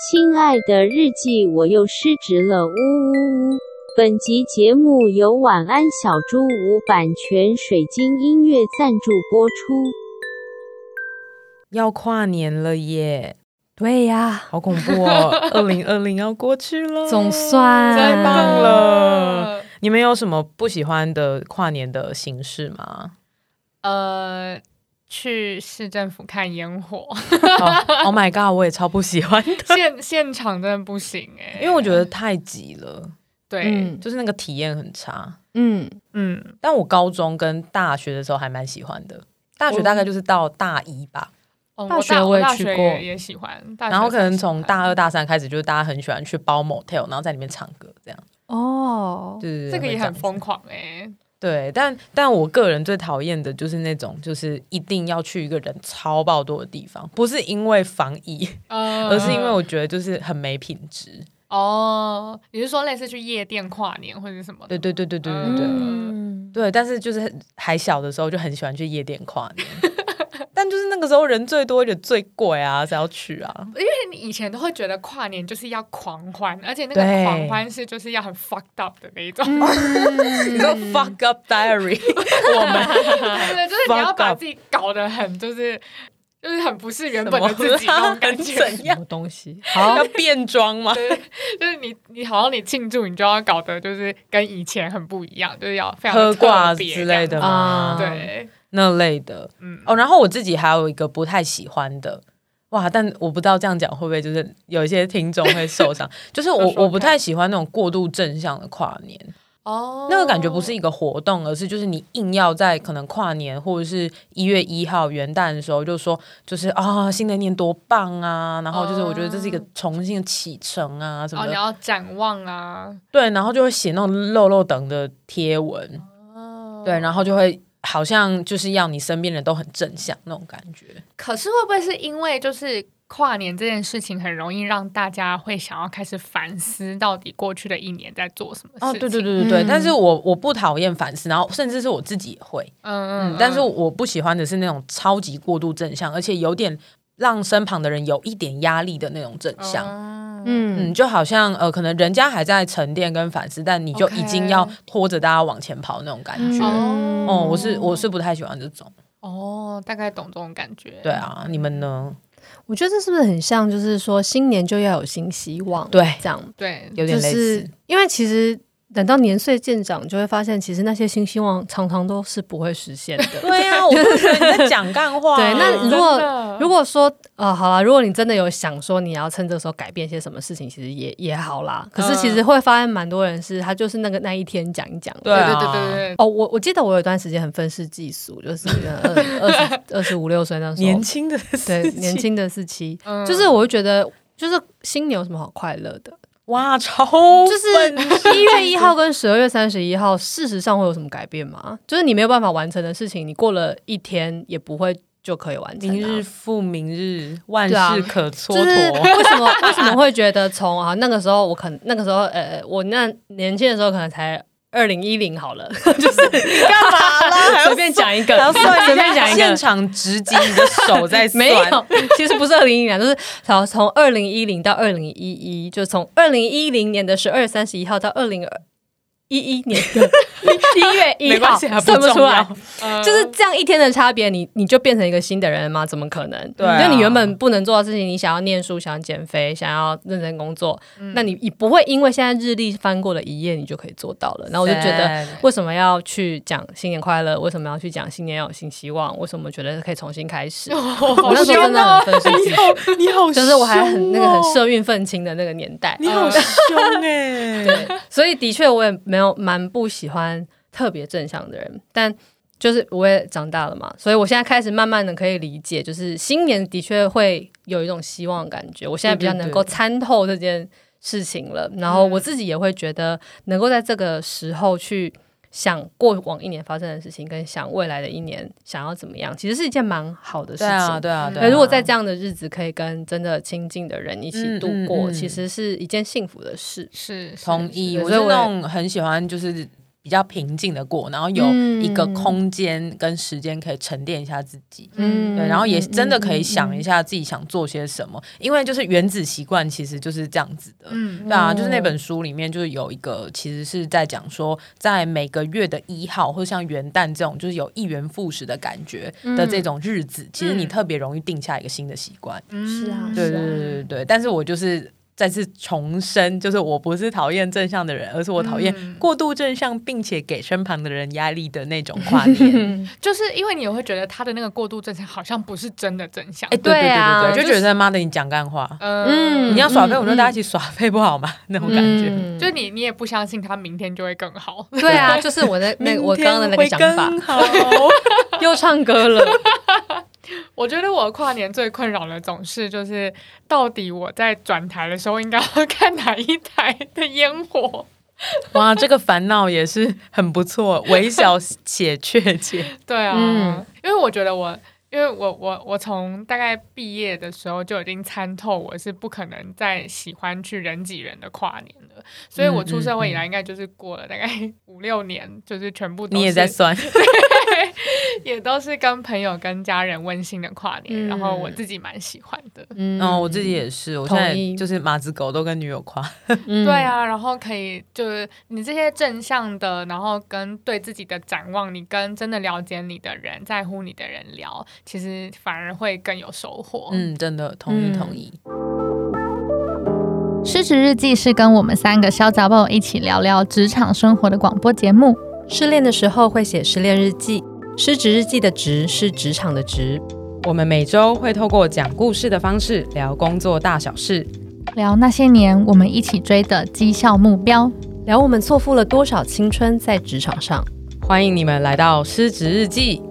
亲爱的日记，我又失职了，呜呜呜！本集节目由晚安小猪无版权水晶音乐赞助播出。 要跨年了耶！ 对呀， 好恐怖哦！2020要过去了， 总算太棒了！你们有什么不喜欢的跨年的形式吗？ 去市政府看烟火。 Oh my god， 我也超不喜欢的。 现场真的不行因为我觉得太挤了。 对， 就是那个体验很差。 但我高中跟大学的时候还蛮喜欢的。大学大概就是到大一吧。 大学我也去过， 也喜欢。 然后可能从大二大三开始，就是大家很喜欢去包 motel， 然后在里面唱歌这样。 哦， 对， 这个也很疯狂对，但我个人最讨厌的就是那种，就是一定要去一个人超爆多的地方，不是因为防疫，而是因为我觉得就是很没品质。 你是说类似去夜店跨年或者什么的？ 对，对，但是就是还小的时候就很喜欢去夜店跨年。但就是那个时候人最多也最贵啊，谁要去啊？ 因为你以前都会觉得跨年就是要狂欢，而且那个狂欢是就是要很 fucked up 的那一种。 你说 fuck up diary， 我们对，就是你要把自己搞得很就是很不是原本的自己那种感觉。 怎样什么东西？ 好，要变装吗？ 对，就是你好像你庆祝，你就要搞得就是跟以前很不一样，就是要非常喝挂特别之类的吗？ 对。 那类的，然后我自己还有一个不太喜欢的，哇！但我不知道这样讲会不会就是有一些听众会受伤，就是我不太喜欢那种过度正向的跨年。那个感觉不是一个活动，而是就是你硬要在可能跨年或者是1月1号元旦的时候就说就是新的一年多棒啊，然后就是我觉得这是一个重新的启程啊什么的， 你要展望啊， 对，然后就会写那种漏漏等的贴文，对，然后就会好像就是要你身边人都很正向那种感觉。 可是会不会是因为就是跨年这件事情很容易让大家会想要开始反思到底过去的一年在做什么事情？ 对，但是我不讨厌反思，然后甚至是我自己也会，但是我不喜欢的是那种超级过度正向，而且有点让身旁的人有一点压力的那种正向。就好像可能人家还在沉淀跟反思，但你就已经要拖着大家往前跑那种感觉。我是不太喜欢这种。 大概懂这种感觉。 对啊，你们呢？ 我觉得这是不是很像，就是说新年就要有新希望？ 对， 这样对， 有点类似。 就是因为其实等到年岁渐长，就会发现其实那些新希望常常都是不会实现的。 对啊，我就觉得你在讲干话。 对，那如果说好啦，如果你真的有想说你要趁这个时候改变些什么事情，其实也好啦。可是其实会发现蛮多人是他就是那一天讲一讲。 对。 我记得我有一段时间很愤世嫉俗，就是25、26岁那时候， 年轻的时期，就是我会觉得就是新年有什么好快乐的？ 哇，超就是1月1号跟12月31号，事实上会有什么改变吗？就是你没有办法完成的事情，你过了一天也不会就可以完成。 明日复明日，万事可蹉跎。 就是为什么会觉得从那个时候我那年轻的时候可能才2010好了，就是干嘛啦？ 随便讲一个， 随便讲一个，现场直击你的手在酸。 没有，其实不是2010，就是从2010到2011，就从2010年的12月31号到2011年的1月1号，算不出来，就是这样一天的差别，你就变成一个新的人吗？怎么可能？ 对啊， 就你原本不能做的事情，你想要念书，想要减肥，想要认真工作，那你不会因为现在日历翻过了一页，你就可以做到了。然后我就觉得，为什么要去讲新年快乐？为什么要去讲新年要有新希望？为什么觉得可以重新开始？我那时候真的很愤世嫉俗， 你好， 就是我还很社运愤青的那个年代， 你好凶对，所以的确我也蛮不喜欢特别正向的人，但就是我也长大了嘛，所以我现在开始慢慢的可以理解，就是新年的确会有一种希望的感觉，我现在比较能够参透这件事情了，然后我自己也会觉得能够在这个时候去想过往一年发生的事情，跟想未来的一年想要怎么样，其实是一件蛮好的事情。 对啊。 如果在这样的日子可以跟真的亲近的人一起度过，其实是一件幸福的事。 是同意。我是那种很喜欢就是比较平静的过，然后有一个空间跟时间可以沉淀一下自己，对，然后也真的可以想一下自己想做些什么，因为就是原子习惯其实就是这样子的，对啊，就是那本书里面就是有一个其实是在讲说，在每个月的1号或像元旦这种就是有1元复始的感觉的这种日子，其实你特别容易定下一个新的习惯， 是啊， 对对对对对，但是我就是再次重申，就是我不是讨厌正向的人，而是我讨厌过度正向并且给身旁的人压力的那种跨年。 就是因为你会觉得他的那个过度正向好像不是真的正向， 对对对啊对对，就觉得妈的你讲干话，你要耍废，我就大家一起耍废不好吗？那种感觉， 就你也不相信他明天就会更好。 对啊，就是我的我刚刚的那个想法，又唱歌了。 我觉得我跨年最困扰的总是就是到底我在转台的时候应该要看哪一台的烟火。 哇，这个烦恼也是很不错，微小且确切。 对啊，因为我觉得我从大概毕业的时候就已经参透我是不可能再喜欢去人挤人的跨年了，所以我出社会以来应该就是过了大概5-6年，就是全部都是你也在算也都是跟朋友跟家人温馨的跨年，然后我自己蛮喜欢的。 我自己也是，我现在就是马子狗都跟女友跨。 对啊，然后可以就是你这些正向的，然后跟对自己的展望，你跟真的了解你的人在乎你的人聊，其实反而会更有收获。 真的同意。 失职日记是跟我们3个小杂宝一起聊聊职场生活的广播节目。 失恋的时候会写失恋日记，失职日记的职是职场的职。 我们每周会透过讲故事的方式聊工作大小事， 聊那些年我们一起追的绩效目标， 聊我们错付了多少青春在职场上。 欢迎你们来到失职日记。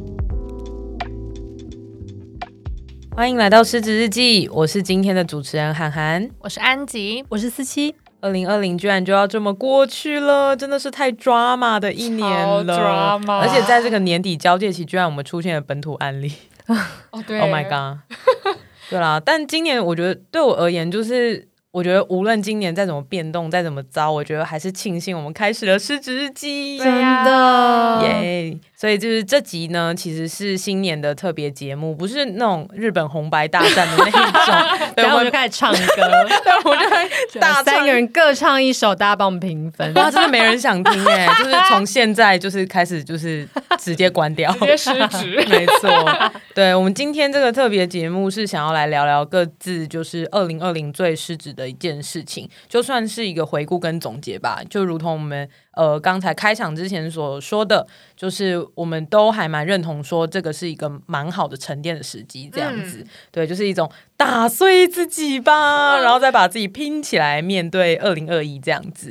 欢迎来到失职日记，我是今天的主持人涵涵， 我是安吉， 我是47。 2020居然就要这么过去了，真的是太 drama 的一年了，而且在这个年底交界期，居然我们出现了本土案例。 对 ，Oh my god！ 对啦，但今年我觉得对我而言，就是我觉得无论今年再怎么变动，再怎么糟，我觉得还是庆幸我们开始了失职日记， 真的耶！所以就是这集呢，其实是新年的特别节目，不是那种日本红白大战的那一种。 然后我就开始唱歌， 我就开始大唱 3个人各唱一首，大家帮我们评分。 哇，真的没人想听耶！就是从现在就是开始就是直接关掉， 直接失职。 没错，对，我们今天这个特别节目是想要来聊聊各自就是2020最失职的一件事情，就算是一个回顾跟总结吧，就如同我们刚才开场之前所说的，就是我们都还蛮认同说这个是一个蛮好的沉淀的时机，这样子，对，就是一种打碎自己吧，然后再把自己拼起来面对2021这样子。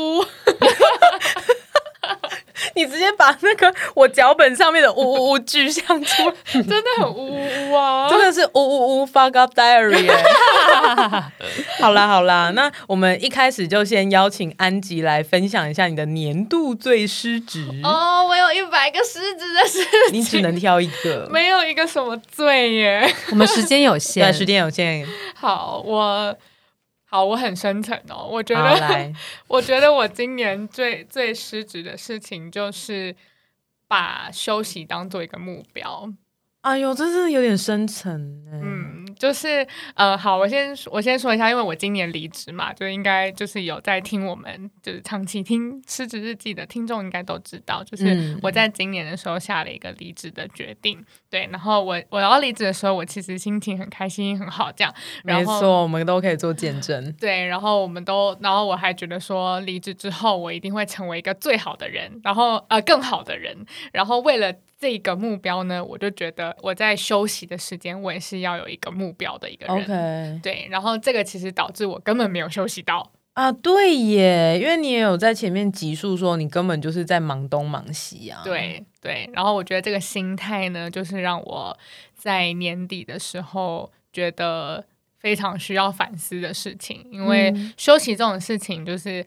你直接把那个我脚本上面的呜呜呜具象出来， 真的很呜呜啊， 真的是呜呜呜 fuck up diary 好啦，那我们一开始就先邀请安吉来分享一下你的年度最失职。 我有100个失职的事情， 你只能挑一个， 没有一个什么罪耶。 我们时间有限， 对，时间有限。 好，我很深沉哦。我觉得我今年最失职的事情就是把休息当做一个目标。 哎呦，这是有点深沉就是好，我先说一下，因为我今年离职嘛，就应该就是有在听我们就是长期听失职日记的听众应该都知道，就是我在今年的时候下了一个离职的决定，对，然后我要离职的时候，我其实心情很开心很好，这样， 没错，我们都可以做见证， 对，然后我还觉得说离职之后我一定会成为一个最好的人，然后更好的人，然后为了这个目标呢，我就觉得我在休息的时间我也是要有一个目标的一个人。 Okay. 对，然后这个其实导致我根本没有休息到啊。对耶，因为你也有在前面集数说你根本就是在忙东忙西啊。 对，然后我觉得这个心态呢，就是让我在年底的时候觉得非常需要反思的事情，因为休息这种事情就是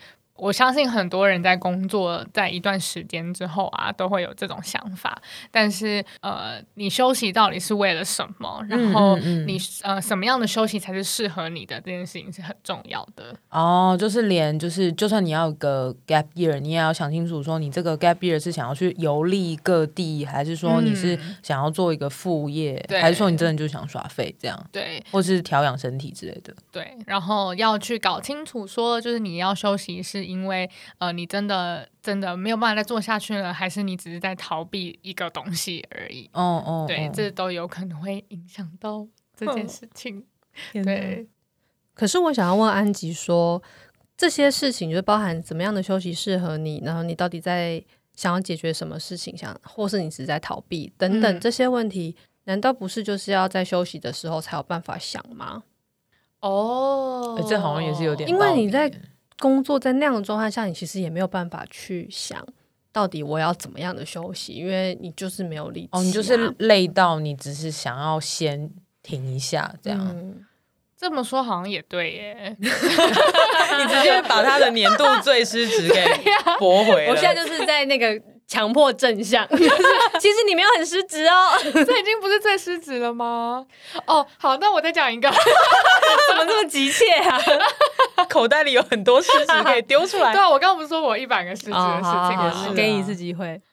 我相信很多人在工作在一段时间之后啊，都会有这种想法。但是你休息到底是为了什么？然后你什么样的休息才是适合你的？这件事情是很重要的。 哦，就是就算你要有个 gap year， 你也要想清楚，说你这个 gap year 是想要去游历各地，还是说你是想要做一个副业，还是说你真的就想耍废这样？ 对， 或是调养身体之类的。 对，然后要去搞清楚说，就是你要休息是因为你真的没有办法再做下去了，还是你只是在逃避一个东西而已。对，这都有可能会影响到这件事情。对， 可是我想要问安吉说，这些事情就是包含怎么样的休息适合你，然后你到底在想要解决什么事情，或是你只是在逃避等等这些问题，难道不是就是要在休息的时候才有办法想吗？ 这好像也是有点道理， 因为你在工作在那样的状态下，你其实也没有办法去想到底我要怎么样的休息，因为你就是没有力气你就是累到你只是想要先停一下这样。 这么说好像也对耶。 你直接把他的年度最失职给驳回了。 我现在就是在那个强迫正向其实你没有很失职哦这已经不是最失职了吗？好，那我再讲一个怎么这么急切啊口袋里有很多失职可以丢出来对啊，我刚刚不是说我100个失职的事情， 给你一次机会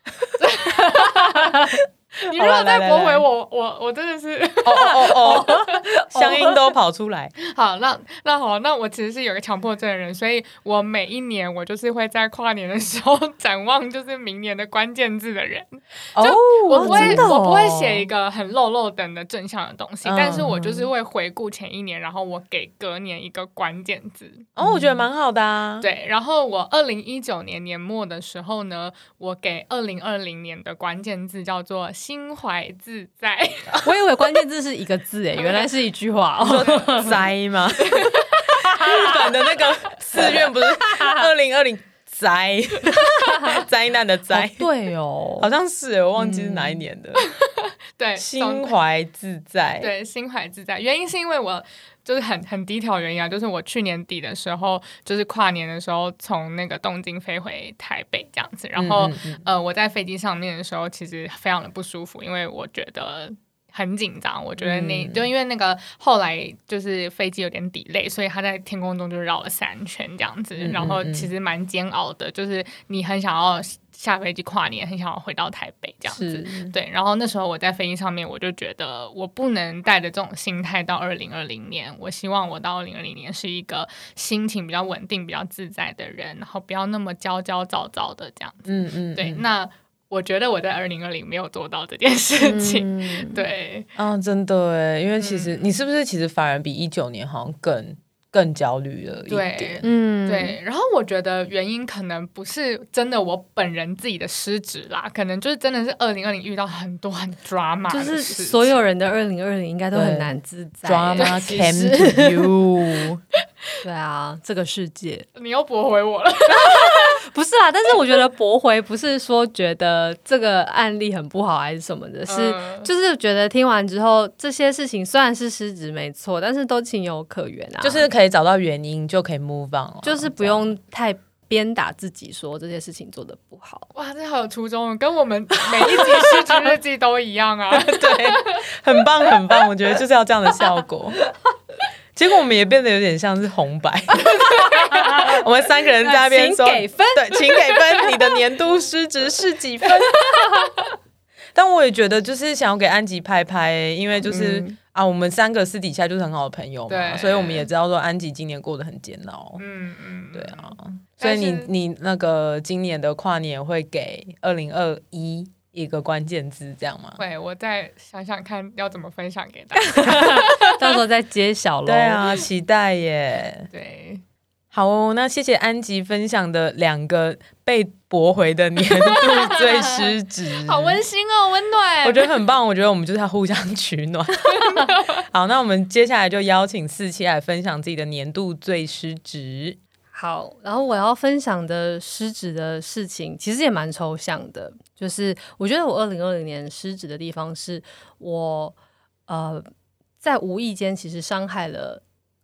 你如果再驳回我真的是乡音都跑出来。 好，那好，那我其实是有个强迫症的人，所以我每一年我就是会在跨年的时候展望就是明年的关键字的人。就我不会写一个很漏等的正向的东西，但是我就是会回顾前一年，然后我给隔年一个关键字。 我觉得蛮好的啊。 对，然后我2019年年末的时候呢，我给2020年的关键字叫做心怀自在。 我以为关键字是一个字耶，原来是一句话。 灾吗？日本的那个寺院不是2020灾灾难的灾？ 对哦， 好像是我忘记是哪一年的。 对， 心怀自在。 对，心怀自在。原因是因为我就是很低调原因啊，就是我去年底的时候，就是跨年的时候从那个东京飞回台北这样子，然后我在飞机上面的时候其实非常的不舒服，因为我觉得很紧张，我觉得就因为那个后来就是飞机有点 delay， 所以他在天空中就绕了3圈这样子，然后其实蛮煎熬的，就是你很想要下飞机跨年，很想要回到台北这样子。对，然后那时候我在飞机上面，我就觉得我不能带着这种心态到2020年，我希望我到2020年是一个心情比较稳定、比较自在的人，然后不要那么焦焦躁躁的这样子。对，那我觉得我在2020没有做到这件事情。对真的耶，因为其实你是不是其实反而比19年好像更焦虑了一点。 对，然后我觉得原因可能不是真的我本人自己的失职啦，可能就是真的是2020遇到很多很 drama 的事情， 就是所有人的2020应该都很难自在。 drama came to you 对啊，这个世界你又驳回我了不是啦，但是我觉得驳回不是说觉得这个案例很不好还是什么的，是就是觉得听完之后这些事情虽然是失职没错，但是都情有可原啊， 就是可以找到原因就可以 move on 了， 就是不用太鞭打自己说这些事情做得不好。 哇，这好有初衷，跟我们每一集失职日记都一样啊对，很棒很棒，我觉得就是要这样的效果结果我们也变得有点像是红白我们3个人在那边说请给分， 对，请给分，你的年度失职是几分但我也觉得就是想要给安吉拍拍，因为就是我们3个私底下就是很好的朋友嘛，所以我们也知道说安吉今年过得很煎熬。对啊，所以你那个今年的跨年会给2021一个关键字这样吗？ 会，我再想想看要怎么分享给大家到时候再揭晓咯。 对啊，期待耶。 对， 好哦，那谢谢安吉分享的2个被驳回的年度最失职好温馨哦，温暖， 我觉得很棒，我觉得我们就是要互相取暖好，那我们接下来就邀请47来分享自己的年度最失职。 好，然后我要分享的失职的事情其实也蛮抽象的，就是我觉得我2020年失职的地方是我在无意间其实伤害了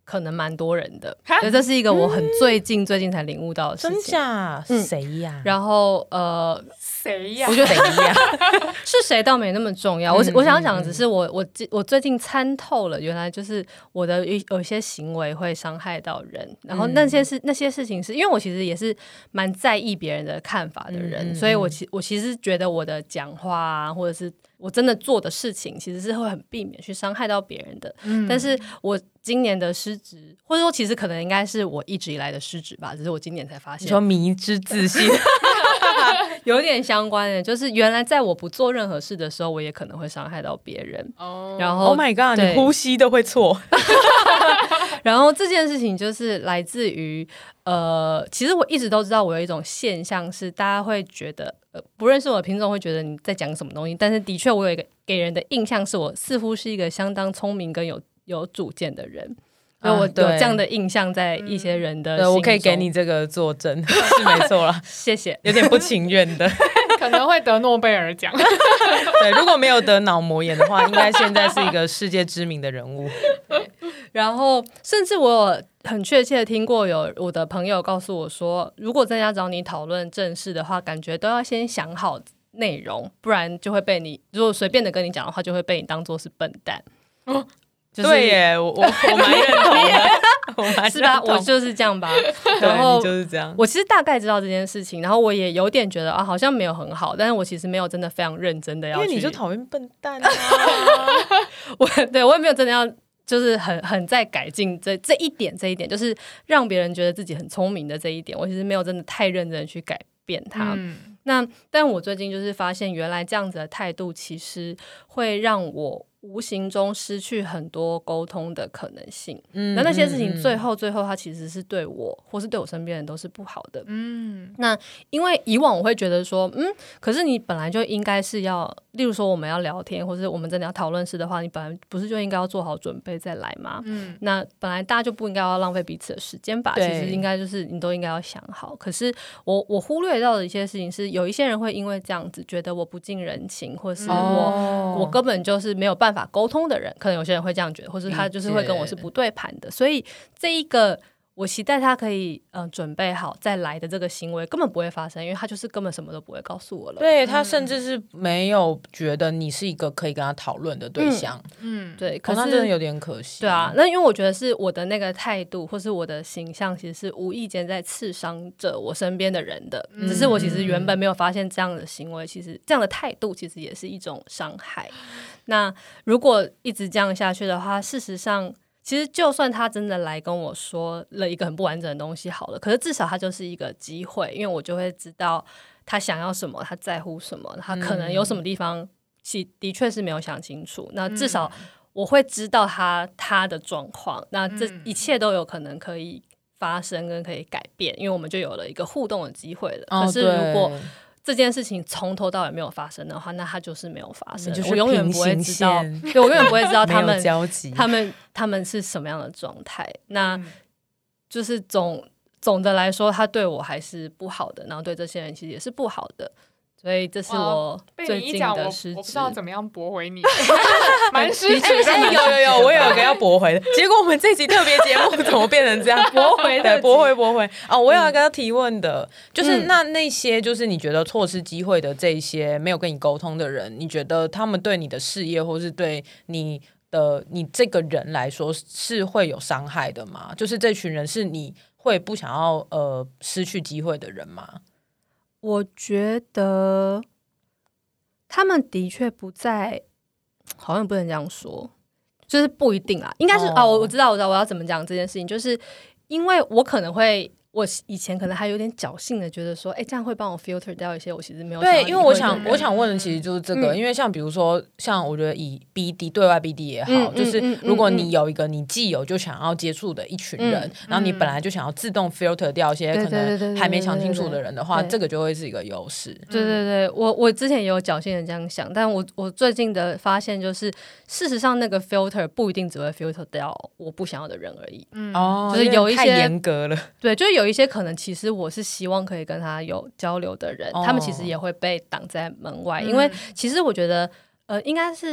可能蛮多人的，所以这是一个我很最近才领悟到的事情。 真假？谁呀？ 然后谁呀？ 我觉得谁呀？是谁倒没那么重要。我想讲的只是我最近参透了，原来就是我的有些行为会伤害到人，然后那些事情是因为我其实也是蛮在意别人的看法的人，所以我其实觉得我的讲话啊，或者是我真的做的事情，其实是会很避免去伤害到别人的。但是我今年的失职，或者说其实可能应该是我一直以来的失职吧，只是我今年才发现。 你说迷之自信。 有点相关的，就是原来在我不做任何事的时候，我也可能会伤害到别人。然后 ，Oh my god， 你呼吸都会错。 然后这件事情就是来自于其实我一直都知道，我有一种现象是，大家会觉得不认识我的听众会觉得你在讲什么东西，但是的确我有一个给人的印象是我似乎是一个相当聪明跟有主见的人。所以我有这样的印象在一些人的心中。 我可以给你这个作证，是没错啦。 谢谢。 有点不情愿的。 可能会得诺贝尔奖。 对，如果没有得脑膜炎的话，应该现在是一个世界知名的人物。 然后甚至我有很确切的听过有我的朋友告诉我说，如果真的要找你讨论正事的话，感觉都要先想好内容，不然就会被你如果随便的跟你讲的话，就会被你当作是笨蛋。就是对耶，我蛮认同的， 是吧？我就是这样吧。然后你就是这样。 我其实大概知道这件事情，然后我也有点觉得啊，好像没有很好，但是我其实没有真的非常认真的要去， 因为你就讨厌笨蛋啊。 我也没有真的要，就是很在改进这一点，就是让别人觉得自己很聪明的这一点，我其实没有真的太认真的去改变它。但我最近就是发现，原来这样子的态度其实会让我无形中失去很多沟通的可能性。那些事情最后它其实是对我或是对我身边人都是不好的。那因为以往我会觉得说可是你本来就应该是要，例如说我们要聊天或是我们真的要讨论事的话，你本来不是就应该要做好准备再来吗？那本来大家就不应该要浪费彼此的时间吧，其实应该就是你都应该要想好。可是我忽略到的一些事情是，有一些人会因为这样子觉得我不近人情，或是我根本就是没有办法沟通的人，可能有些人会这样觉得，或是他就是会跟我是不对盘的。所以这一个我期待他可以准备好再来的这个行为根本不会发生，因为他就是根本什么都不会告诉我了。 对，他甚至是没有觉得你是一个可以跟他讨论的对象。 对，可是那真的有点可惜。 对啊，那因为我觉得是我的那个态度或是我的形象其实是无意间在刺伤着我身边的人的，只是我其实原本没有发现这样的行为，其实这样的态度其实也是一种伤害。那如果一直这样下去的话，事实上其实就算他真的来跟我说了一个很不完整的东西好了，可是至少他就是一个机会，因为我就会知道他想要什么，他在乎什么，他可能有什么地方的确是没有想清楚。那至少我会知道他的状况，那这一切都有可能可以发生跟可以改变，因为我们就有了一个互动的机会了。可是如果这件事情从头到尾没有发生的话，那它就是没有发生。我永远不会知道，对，我永远不会知道他们他们是什么样的状态。那就是总的来说，他对我还是不好的，然后对这些人其实也是不好的。所以这是我最近的失职。 我不知道怎么样驳回你，蛮失职的。 有，我有一个要驳回的。结果我们这集特别节目怎么变成这样？驳回啊！我有一个要提问的，就是那些就是你觉得错失机会的这些没有跟你沟通的人，你觉得他们对你的事业或是对你这个人来说是会有伤害的吗？就是这群人是你会不想要失去机会的人吗？ 我觉得他们的确不在，好像不能这样说，就是不一定啦，应该是我知道我要怎么讲这件事情，就是因为我可能会。我以前可能还有点侥幸的觉得说，这样会帮我 filter 掉一些我其实没有想到。 对，因为我想问的其实就是这个，因为像比如说，像我觉得以 BD 对外 BD 也好，就是如果你有一个你既有就想要接触的一群人，然后你本来就想要自动 filter 掉一些可能还没想清楚的人的话，这个就会是一个优势。 对，我之前也有侥幸的这样想，但我最近的发现就是，事实上那个 filter 不一定只会 filter 掉我不想要的人而已。就是有一些太严格了。 对，就是有一些可能其实我是希望可以跟他有交流的人，他们其实也会被挡在门外。因为其实我觉得应该是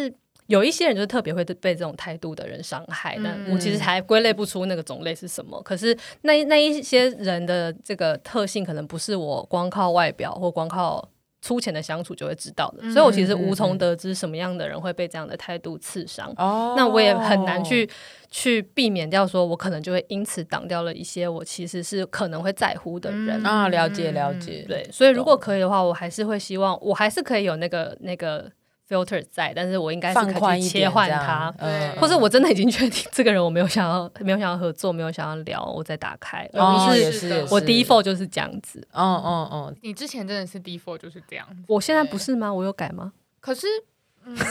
有一些人就是特别会被这种态度的人伤害，那我其实还归类不出那个种类是什么。可是那一些人的这个特性，可能不是我光靠外表或光靠粗浅的相处就会知道的，所以我其实无从得知什么样的人会被这样的态度刺伤。那我也很难去避免掉，说我可能就会因此挡掉了一些我其实是可能会在乎的人。 了解。 对，所以如果可以的话，我还是会希望我还是可以有那个filter 在，但是我应该是可以切换它，或者我真的已经确定这个人我没有想要合作，没有想要聊，我再打开，而不是我 default 就是这样子。 你之前真的是 default 就是这样子， 我现在不是吗？我有改吗？ 可是我不知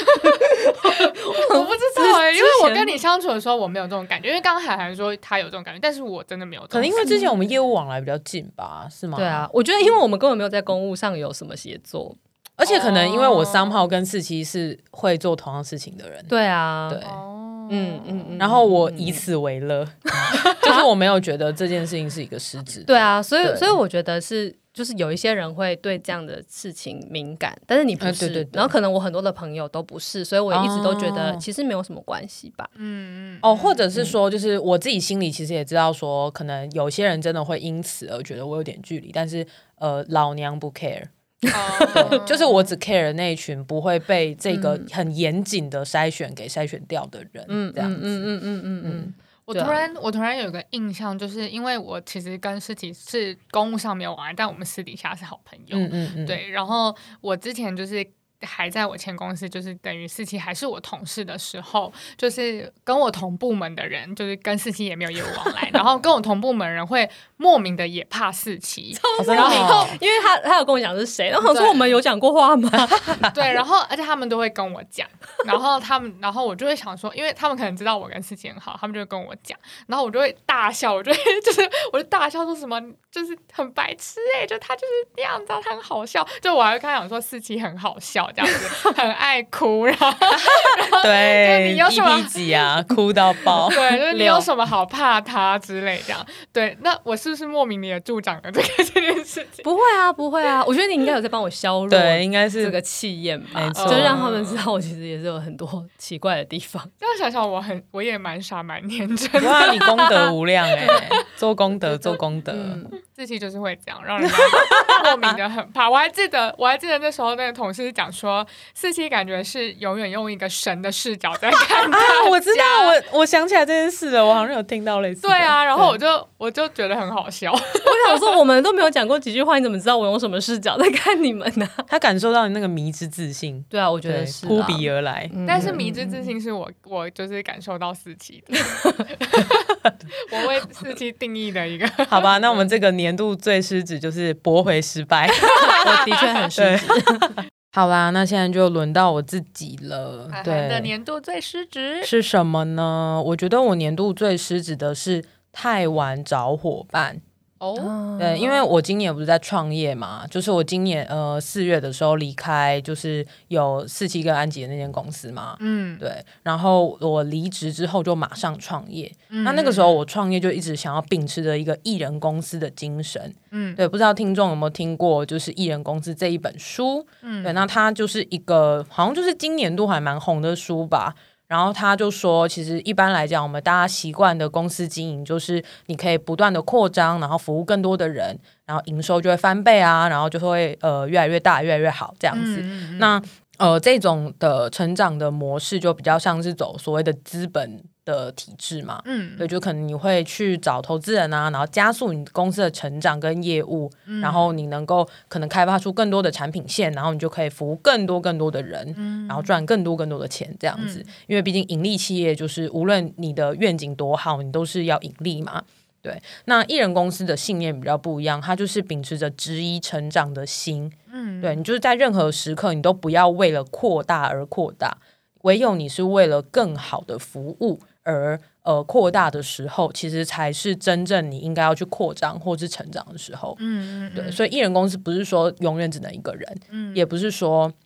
道因为我跟你相处的时候我没有这种感觉，因为刚刚海涵说他有这种感觉，但是我真的没有这种感觉。 可能因为之前我们业务往来比较近吧，是吗？ 对啊，我觉得因为我们根本没有在公务上有什么协作， 而且可能因为我somehow跟四七是会做同样事情的人。 对啊， 对，然后我以此为乐，就是我没有觉得这件事情是一个失职。 对啊，所以我觉得就是有一些人会对这样的事情敏感，但是你不是，对，然后可能我很多的朋友都不是，所以我一直都觉得其实没有什么关系吧。 或者是说，就是我自己心里其实也知道说，可能有些人真的会因此而觉得我有点距离，但是老娘不 care。对，就是我只 care 那一群不会被这个很严谨的筛选给筛选掉的人，这样子。 我突然有一个印象，就是因为我其实跟诗琪是公务上没有往来，但我们私底下是好朋友。对，然后我之前就是还在我前公司，就是等于四七还是我同事的时候，就是跟我同部门的人，就是跟四七也没有业务往来，然后跟我同部门人会莫名的也怕四七， 然后因为他有跟我讲是谁，然后我说我们有讲过话吗？ 对，然后而且他们都会跟我讲，然后我就会想说，因为他们可能知道我跟四七很好，他们就会跟我讲，然后我就会大笑，我就大笑说什么就是很白痴就他就是那样子，他很好笑，就我还会跟他讲说四七很好笑。这样子很爱哭，然后对， 你有什么几啊，哭到爆， 对，就是你有什么好怕他之类这样。对，那我是不是莫名的也助长了这件事情？ 不会啊，我觉得你应该有在帮我削弱， 对，应该是这个气焰吧，就让他们知道我其实也是有很多奇怪的地方。 这样想想，我也蛮傻蛮天真的。 哇，你功德无量做功德。 四七就是会这样，让人家莫名的很怕。我还记得那时候那个同事讲说，四七感觉是永远用一个神的视角在看他我知道，我想起来这件事了，我好像有听到类似的。 对啊，然后我就觉得很好笑。 我想说，我们都没有讲过几句话，你怎么知道我用什么视角在看你们呢？ 他感受到你那个迷之自信。 对啊，我觉得是扑鼻而来。 但是迷之自信是我就是感受到四七的。我为四七定义的一个。 好吧，那我们这个年度最失职就是驳回失败。 我的确很失职。 好啦，那现在就轮到我自己了。对， 的年度最失职是什么呢？我觉得我年度最失职的是太晚找伙伴。对，因为我今年不是在创业嘛，就是我今年4月的时候离开，就是有四七跟安吉的那间公司嘛，对，然后我离职之后就马上创业，那个时候我创业就一直想要秉持着一个艺人公司的精神，对，不知道听众有没有听过就是艺人公司这一本书，对，那它就是一个好像就是今年度还蛮红的书吧。然后他就说，其实一般来讲，我们大家习惯的公司经营就是你可以不断的扩张，然后服务更多的人，然后营收就会翻倍啊，然后就会越来越大，越来越好这样子。那这种的成长的模式就比较像是走所谓的资本的体制嘛，对，就可能你会去找投资人啊，然后加速你公司的成长跟业务，然后你能够可能开发出更多的产品线，然后你就可以服务更多的人，然后赚更多的钱这样子，因为毕竟盈利企业就是无论你的愿景多好，你都是要盈利嘛。对，那艺人公司的信念比较不一样，它就是秉持着质疑成长的心，对，你就是在任何时刻你都不要为了扩大而扩大，唯有你是为了更好的服务而扩大的时候，其实才是真正你应该要去扩张或是成长的时候。对，所以艺人公司不是说永远只能一个人，也不是说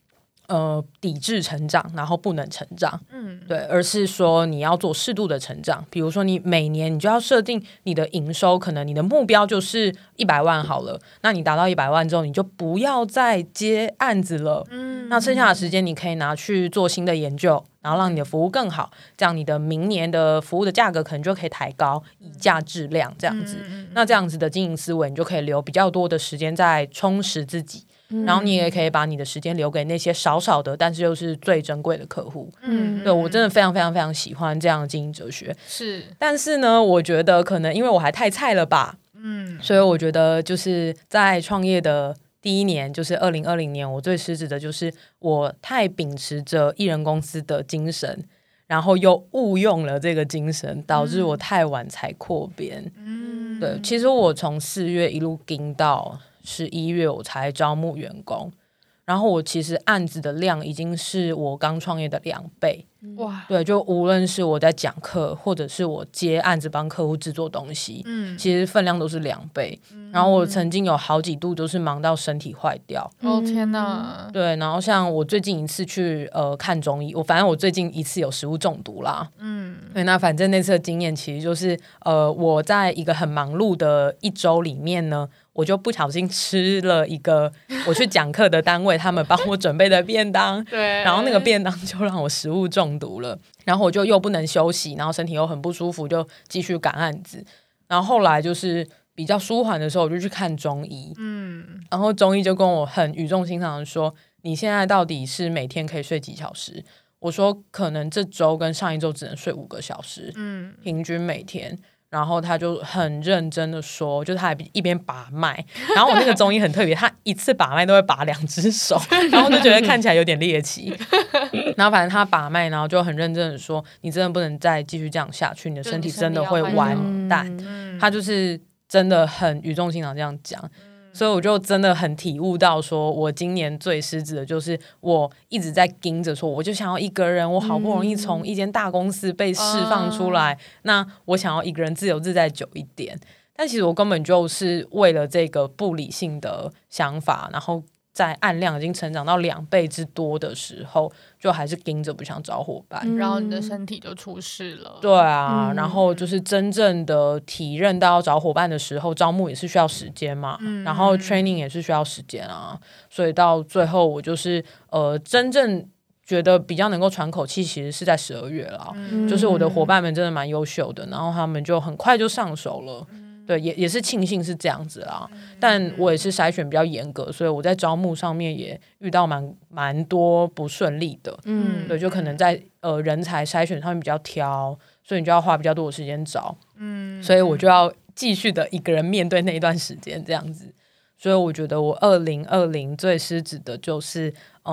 抵制成长，然后不能成长，对，而是说你要做适度的成长。比如说你每年你就要设定你的营收，可能你的目标就是100万好了，那你达到100万之后，你就不要再接案子了，那剩下的时间你可以拿去做新的研究，然后让你的服务更好，这样你的明年的服务的价格可能就可以抬高，以价质量这样子。那这样子的经营思维，你就可以留比较多的时间在充实自己，然后你也可以把你的时间留给那些少少的但是又是最珍贵的客户。对，我真的非常非常非常喜欢这样的经营哲学。 是， 但是呢，我觉得可能因为我还太菜了吧，所以我觉得就是在创业的第一年，就是2020年，我最失职的就是我太秉持着艺人公司的精神，然后又误用了这个精神，导致我太晚才扩编。对，其实我从4月一路盯到11月我才招募员工，然后我其实案子的量已经是我刚创业的2倍。 哇， 对，就无论是我在讲课，或者是我接案子帮客户制作东西，其实分量都是2倍。然后我曾经有好几度都是忙到身体坏掉。 哦天哪！ 对，然后像我最近一次去看中医，反正我最近一次有食物中毒啦。对，那反正那次的经验其实就是我在一个很忙碌的1周里面呢，我就不小心吃了一个我去讲课的单位他们帮我准备的便当， 对， 然后那个便当就让我食物中毒了，然后我就又不能休息，然后身体又很不舒服，就继续赶案子。然后后来就是比较舒缓的时候，我就去看中医，然后中医就跟我很语重心长的说，你现在到底是每天可以睡几小时？我说可能这周跟上一周只能睡5个小时，平均每天。然后他就很认真的说，就是他还一边把脉，然后我那个中医很特别，他一次把脉都会把2只手，然后我就觉得看起来有点猎奇。然后反正他把脉，然后就很认真的说，你真的不能再继续这样下去，你的身体真的会完蛋。他就是真的很语重心长这样讲。所以我就真的很体悟到说，我今年最失职的就是我一直在盯着说，我就想要一个人，我好不容易从一间大公司被释放出来，那我想要一个人自由自在久一点。但其实我根本就是为了这个不理性的想法，然后在案量已经成长到2倍之多的时候，就还是盯着不想找伙伴， 然后你的身体就出事了。 对啊，然后就是真正的体认到要找伙伴的时候，招募也是需要时间嘛，然后 training 也是需要时间啊，所以到最后我就是真正觉得比较能够喘口气，其实是在12月啦，就是我的伙伴们真的蛮优秀的，然后他们就很快就上手了。对，也是庆幸是这样子啦，但我也是筛选比较严格，所以我在招募上面也遇到蛮多不顺利的。对，就可能在人才筛选上面比较挑，所以你就要花比较多的时间找。所以我就要继续的一个人面对那一段时间这样子。所以我觉得我2020最失职的就是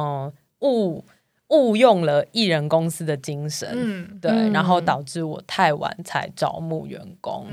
误用了艺人公司的精神，对，然后导致我太晚才招募员工。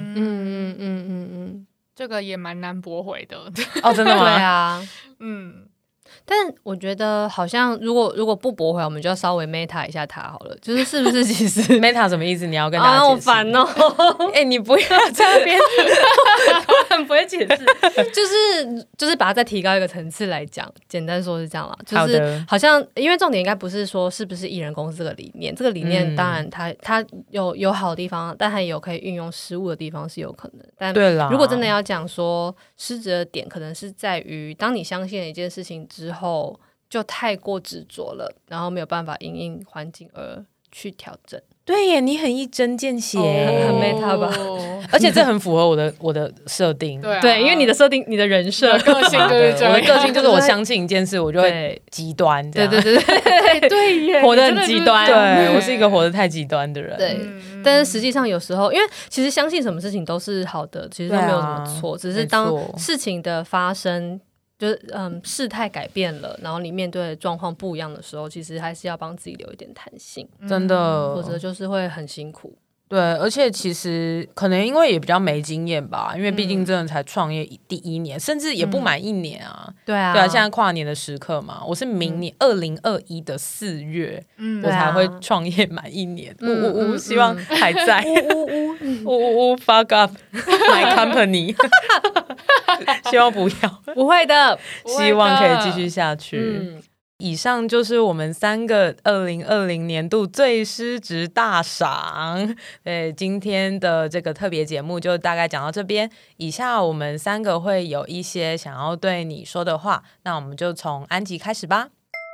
这个也蛮难驳回的。 哦，真的吗？ 对啊，但我觉得好像如果不驳回，我们就要稍微 meta 一下他好了，就是是不是其实 meta 什么意思？你要跟大家解释。 好烦哦！ 你不要在那边， 我很不会解释，就是把它再提高一个层次来讲，简单说是这样啦，就是好像因为重点应该不是说是不是艺人公司这个理念，这个理念当然它有好的地方，但它也有可以运用失误的地方是有可能。但对啦， 如果真的要讲说失职的点，可能是在于当你相信了一件事情之后，就太过执着了，然后没有办法因应环境而去调整。 对耶，你很一针见血， 很 meta 吧？ 而且这很符合我的设定。 对，因为你的设定，你的人设个性就是这样， 我的个性就是我相信一件事，我就会极端。 对对耶， 活得很极端。 对，我是一个活得太极端的人。 对，但是实际上有时候，因为其实相信什么事情都是好的，其实都没有什么错，只是当事情的发生。就是事态改变了，然后你面对的状况不一样的时候，其实还是要帮自己留一点弹性， 真的， 否则就是会很辛苦。 对，而且其实可能因为也比较没经验吧，因为毕竟真的才创业第1年，甚至也不满1年啊。 对啊， 现在跨年的时刻嘛，我是明年2021的4月，我才会创业满1年。希望还在。fuck up my company 。希望不要， 不会的， 希望可以继续下去。 以上就是我们3个2020年度最失职大赏。对，今天的这个特别节目就大概讲到这边。以下我们3个会有一些想要对你说的话，那我们就从安吉开始吧。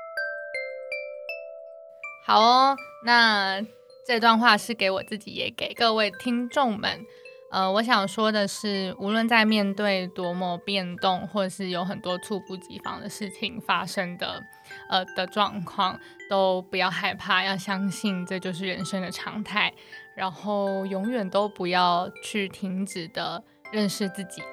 好哦，那这段话是给我自己也给各位听众们。我想说的是，无论在面对多么变动，或者是有很多猝不及防的事情发生的状况，都不要害怕，要相信这就是人生的常态，然后永远都不要去停止的认识自己。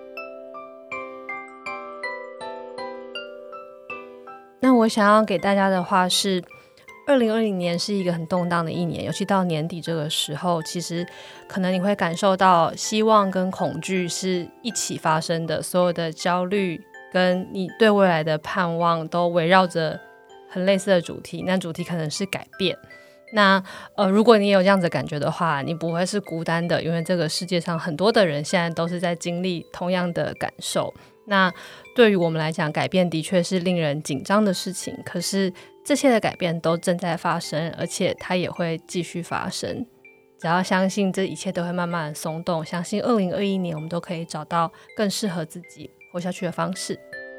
那我想要给大家的话是，2020年是一个很动荡的一年，尤其到年底这个时候，其实可能你会感受到希望跟恐惧是一起发生的，所有的焦虑跟你对未来的盼望都围绕着很类似的主题，那主题可能是改变。那如果你也有这样子的感觉的话，你不会是孤单的，因为这个世界上很多的人现在都是在经历同样的感受。那对于我们来讲，改变的确是令人紧张的事情，可是这些的改变都正在发生，而且它也会继续发生。只要相信这一切都会慢慢的松动，相信2021年我们都可以找到更适合自己活下去的方式。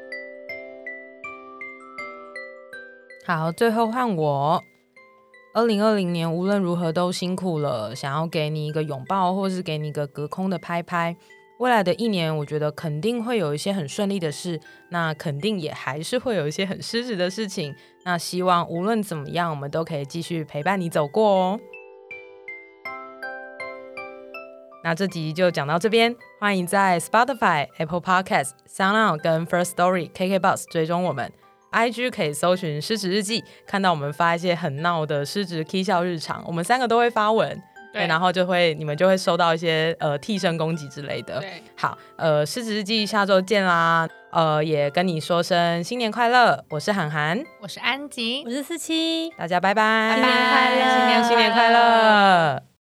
好，最后换我。2020年无论如何都辛苦了，想要给你一个拥抱，或是给你一个隔空的拍拍。未来的一年，我觉得肯定会有一些很顺利的事，那肯定也还是会有一些很失职的事情。那希望无论怎么样，我们都可以继续陪伴你走过哦。那这集就讲到这边，欢迎在 Spotify、Apple Podcast、SoundOn 跟 First Story、KKBox 追踪我们。IG 可以搜寻失职日记，看到我们发一些很闹的失职 K 笑日常，我们3个都会发文。对，然后你们就会收到一些替身攻击之类的。 对， 好，失职日记下周见啦！也跟你说声新年快乐，我是涵涵， 我是安吉， 我是47， 大家拜拜， 新年快乐， 新年快乐。